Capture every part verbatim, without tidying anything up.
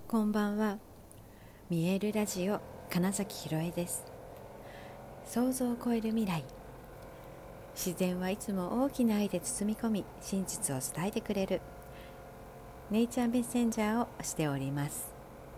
こんばんは。見えるラジオ金崎ひろえです。想像を超える未来。自然はいつも大きな愛で包み込み、真実を伝えてくれるネイチャーメッセンジャーをしております。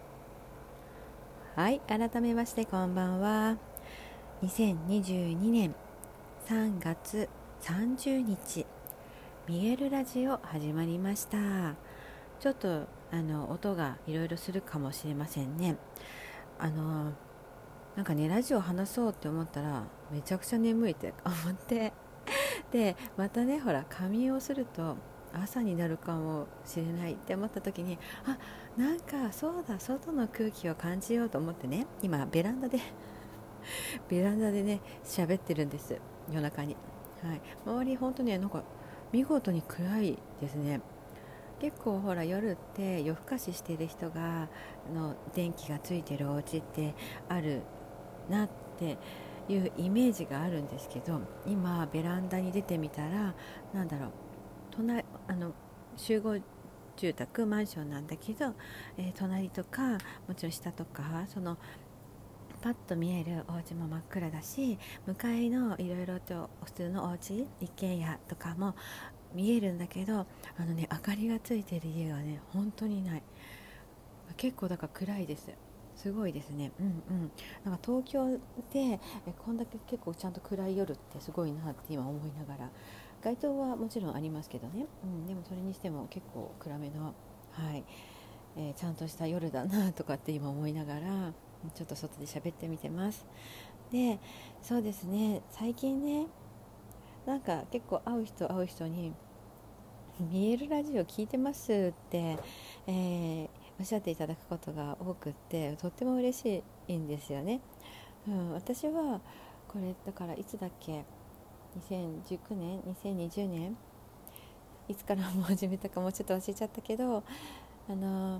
はい、改めましてこんばんは。にせんにじゅうにねんさんがつさんじゅうにち、見えるラジオ始まりました。ちょっとあの音がいろいろするかもしれませんね。あのなんかね、ラジオ話そうって思ったらめちゃくちゃ眠いって思ってでまたね、ほら仮眠をすると朝になるかもしれないって思った時に、あ、なんかそうだ、外の空気を感じようと思ってね、今ベランダでベランダでね喋ってるんです、夜中に。はい、周り本当ね、なんか見事に暗いですね。結構ほら、夜って夜更かししてる人がの電気がついてるお家ってあるなっていうイメージがあるんですけど、今ベランダに出てみたら、なんだろう、隣あの集合住宅マンションなんだけど、えー隣とかもちろん下とか、そのパッと見えるお家も真っ暗だし、向かいのいろいろと普通のお家一軒家とかも見えるんだけど、あのね、明かりがついてる家がね本当にない。結構だから暗いです。すごいですね。うんうん。なんか東京でえこんだけ結構ちゃんと暗い夜ってすごいなって今思いながら、街灯はもちろんありますけどね、うん、でもそれにしても結構暗めの、はい、えーちゃんとした夜だなとかって今思いながら、ちょっと外で喋ってみてます。で、そうですね、最近ね、なんか結構会う人会う人に見えるラジオ聞いてますって、えーおっしゃっていただくことが多くって、とっても嬉しいんですよね。うん、私はこれだから、いつだっけ、にせんじゅうきゅうねんにせんにじゅうねんいつからもう始めたかもちょっと忘れちゃったけど、あの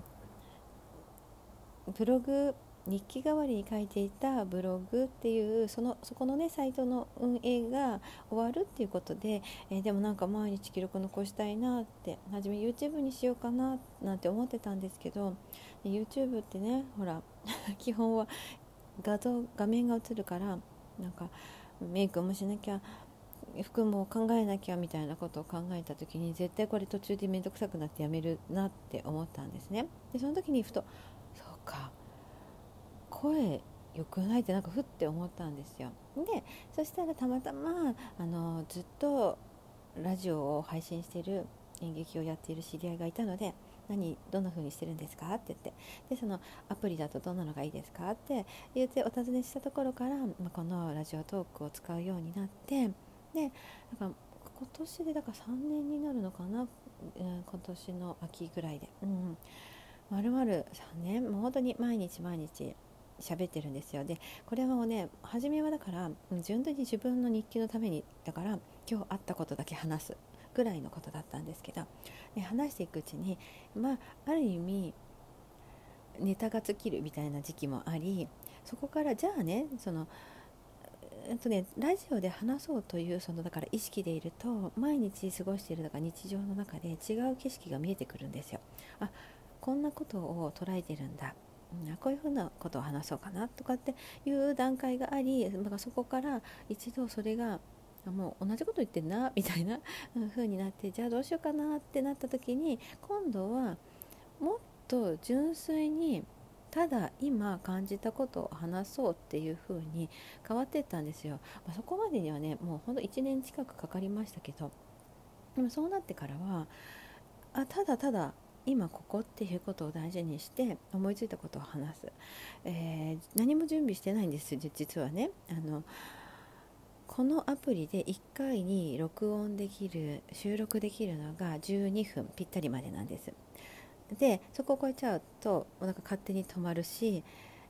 ブログ、日記代わりに書いていたブログっていう、そのそこのねサイトの運営が終わるっていうことで、えーでもなんか毎日記録残したいなって、初め YouTube にしようかななんて思ってたんですけど、で YouTube ってね、ほら基本は画像画面が映るから、なんかメイクもしなきゃ、服も考えなきゃみたいなことを考えた時に、絶対これ途中で面倒くさくなってやめるなって思ったんですね。でその時にふと、そうか、声良くないってなんかふって思ったんですよ。でそしたらたまたまあのずっとラジオを配信している、演劇をやっている知り合いがいたので、何どんな風にしてるんですかって言って、でそのアプリだとどんなのがいいですかって言ってお尋ねしたところから、まあ、このラジオトークを使うようになって、でなんか今年でだからさんねんになるのかな、うん、今年の秋ぐらいで、うん、丸々さんねん、もう本当に毎日毎日喋ってるんですよ。でこれはもうね、初めはだから純粋に自分の日記のためにだから、今日あったことだけ話すぐらいのことだったんですけど、で話していくうちに、まあある意味ネタが尽きるみたいな時期もあり、そこからじゃあね、そのえっとね、ラジオで話そうという、そのだから意識でいると、毎日過ごしているだから日常の中で違う景色が見えてくるんですよ。あ、こんなことを捉えてるんだ、うん、こういうふうなことを話そうかなとかっていう段階があり、だからそこから一度それがもう同じこと言ってんなみたいな風になって、じゃあどうしようかなってなった時に、今度はもっと純粋にただ今感じたことを話そうっていう風に変わっていったんですよ。まあ、そこまでにはね、もうほんといちねん近くかかりましたけど、でもそうなってからは、あ、ただただ今ここっていうことを大事にして思いついたことを話す、えー何も準備してないんです実はね。あのこのアプリでいっかいに録音できる収録できるのがじゅうにふんぴったりまでなんです。でそこを超えちゃうとなんか勝手に止まるし、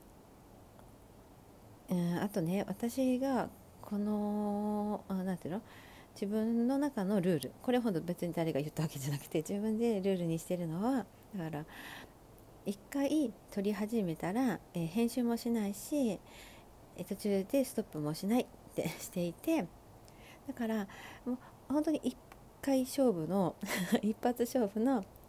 うん、あとね、私がこのあなんていうの、自分の中のルール、これほど別に誰が言ったわけじゃなくて、自分でルールにしてるのは、だから一回撮り始めたら、えー編集もしないし、えー途中でストップもしないってしていて、だからもう本当に一回勝負の一発勝負の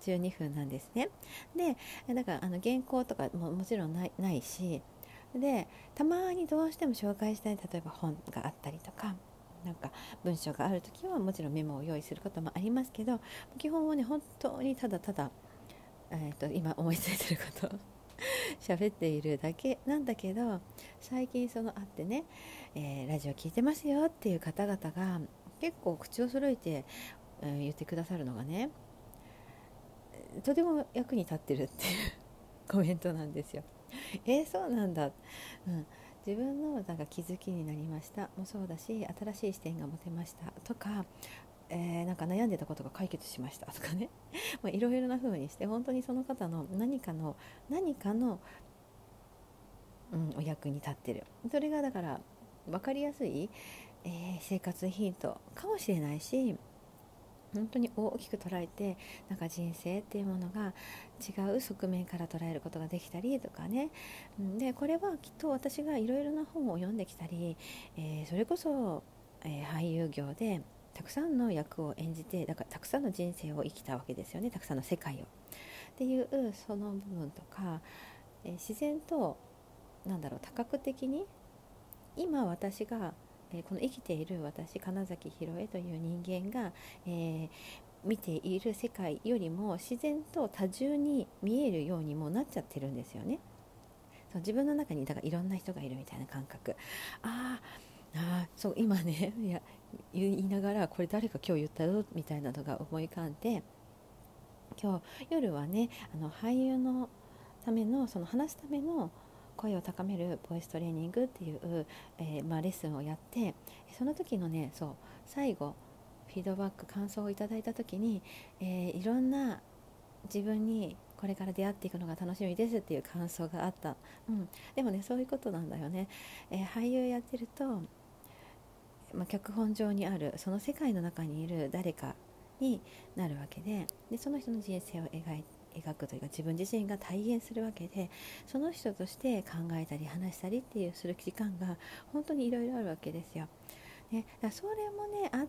じゅうにふんなんですね。でだからあの原稿とかももちろんない、ないし、でたまにどうしても紹介したい例えば本があったりとか、なんか文章があるときはもちろんメモを用意することもありますけど、基本はね本当にただただ、えー、と今思いついてることを喋っているだけなんだけど、最近そのあってね、えー、ラジオ聞いてますよっていう方々が結構口を揃えて、えー、言ってくださるのがね、とても役に立ってるっていうコメントなんですよ。えー、そうなんだ、うん、自分のなんか気づきになりましたもそうだし、新しい視点が持てましたとか、えー、なんか悩んでたことが解決しましたとかねいろいろな風にして本当にその方の何かの何かの、うん、お役に立ってる。それがだから分かりやすい、えー、生活ヒントかもしれないし、本当に大きく捉えてなんか人生っていうものが違う側面から捉えることができたりとかね。でこれはきっと私がいろいろな本を読んできたり、えー、それこそ、えー、俳優業でたくさんの役を演じて、だからたくさんの人生を生きたわけですよね、たくさんの世界をっていうその部分とか、えー、自然となんだろう多角的に今私がこの生きている私金崎ひろえという人間が、えー、見ている世界よりも自然と多重に見えるようにもなっちゃってるんですよね。そう自分の中にだからいろんな人がいるみたいな感覚。あーあーそう今ねいや言いながらこれ誰か今日言ったよみたいなのが思い浮かんで、今日夜はねあの俳優のためのその話すための声を高めるボイストレーニングっていう、えーまあ、レッスンをやって、その時のねそう最後フィードバック感想をいただいた時に、えー、いろんな自分にこれから出会っていくのが楽しみですっていう感想があった、うん、でもねそういうことなんだよね、えー、俳優やってると、まあ、脚本上にあるその世界の中にいる誰かになるわけで、でその人の人生を描いて描くというか自分自身が体現するわけで、その人として考えたり話したりっていうする時間が本当にいろいろあるわけですよ、ね、だそれもねあって、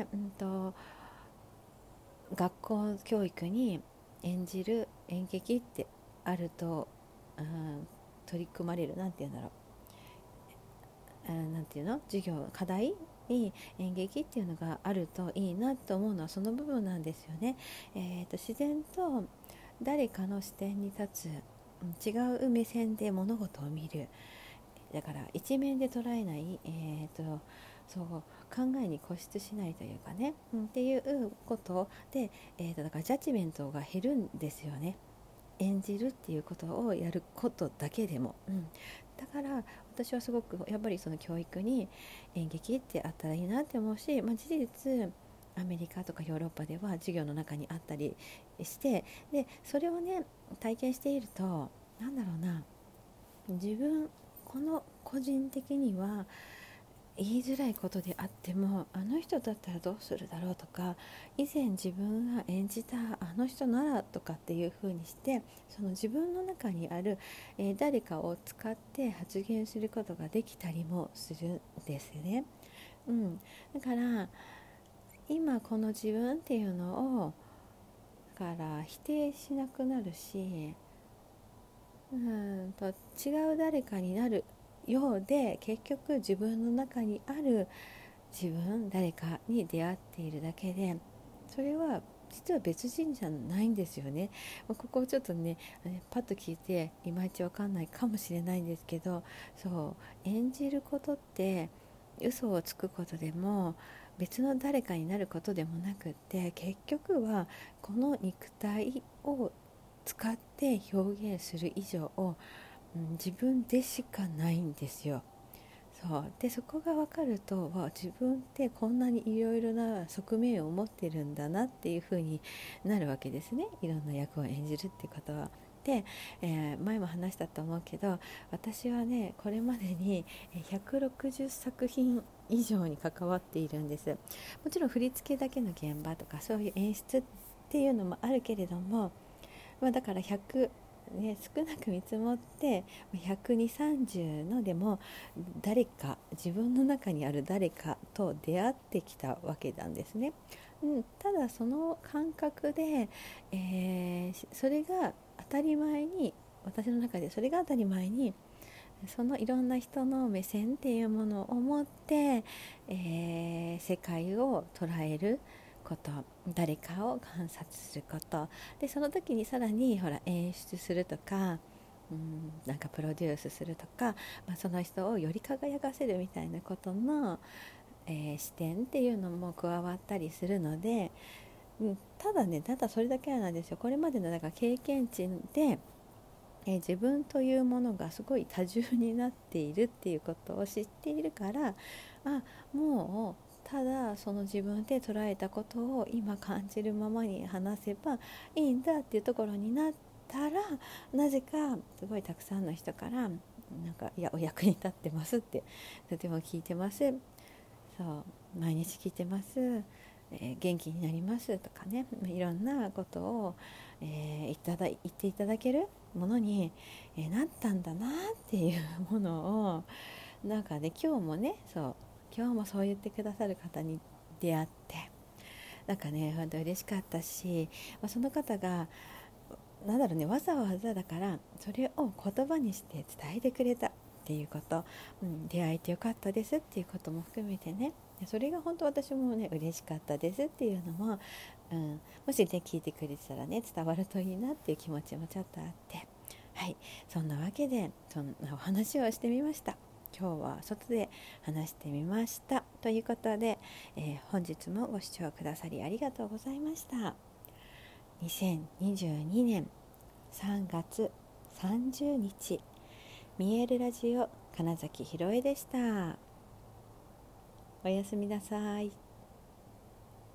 うんと、学校教育に演じる演劇ってあると、うん、取り組まれるなんて言うんだろう、うん、なんていうの授業課題に演劇っていうのがあるといいなと思うのはその部分なんですよね。えーと、自然と誰かの視点に立つ違う目線で物事を見る、だから一面で捉えない、えーと、そう考えに固執しないというかね、うん、っていうことで、えーと、だからジャッジメントが減るんですよね。演じるっていうことをやることだけでも、うん、だから私はすごくやっぱりその教育に演劇ってあったらいいなって思うし、まあ、事実アメリカとかヨーロッパでは授業の中にあったりして、でそれをね体験しているとなんだろうな、自分この個人的には言いづらいことであってもあの人だったらどうするだろうとか、以前自分が演じたあの人ならとかっていう風にして、その自分の中にある、えー、誰かを使って発言することができたりもするんですね、うん、だから今この自分っていうのをだから否定しなくなるし、うんと違う誰かになるようで結局自分の中にある自分誰かに出会っているだけで、それは実は別人じゃないんですよね。ここをちょっとねパッと聞いていまいちわかんないかもしれないんですけど、そう演じることって嘘をつくことでも別の誰かになることでもなくって、結局はこの肉体を使って表現する以上、うん、自分でしかないんですよ。そうでそこが分かると、わ自分ってこんなにいろいろな側面を持ってるんだなっていう風になるわけですね、いろんな役を演じるっていうことは。で、えー、前も話したと思うけど、私はねこれまでにひゃくろくじゅっさく品以上に関わっているんです。もちろん振り付けだけの現場とかそういう演出っていうのもあるけれども、まあ、だからひゃくね、少なく見積もってひゃくにじゅう、さんじゅうのでも誰か自分の中にある誰かと出会ってきたわけなんですね。 うん、ただその感覚で、えーそれが当たり前に、私の中でそれが当たり前に、そのいろんな人の目線っていうものを持って、えー世界を捉えること、誰かを観察することで、その時にさらにほら演出するとか、うん、なんかプロデュースするとか、まあ、その人をより輝かせるみたいなことの、えー視点っていうのも加わったりするので、うん、ただね、ただそれだけなんですよ。これまでのなんか経験値で、えー自分というものがすごい多重になっているっていうことを知っているから、あ、もうただその自分で捉えたことを今感じるままに話せばいいんだっていうところになったら、なぜかすごいたくさんの人からなんか、いやお役に立ってますって、とても聞いてます、そう毎日聞いてます、えー元気になりますとかね、いろんなことを、えーいただ言っていただけるものに、えーなったんだなっていうものを、なんかね、今日もね、そう今日もそう言ってくださる方に出会って、なんかね本当嬉しかったし、まあ、その方がなんだろうね、わざわざだからそれを言葉にして伝えてくれたっていうこと、うん、出会えてよかったですっていうことも含めてね、それが本当私もね嬉しかったですっていうのも、うん、もしね聞いてくれてたらね伝わるといいなっていう気持ちもちょっとあって、はい、そんなわけでそんなお話をしてみました。今日は外で話してみましたということで、えー本日もご視聴くださりありがとうございました。にせんにじゅうにねんさんがつさんじゅうにち、見えるラジオ金崎ひろえでした。おやすみなさい。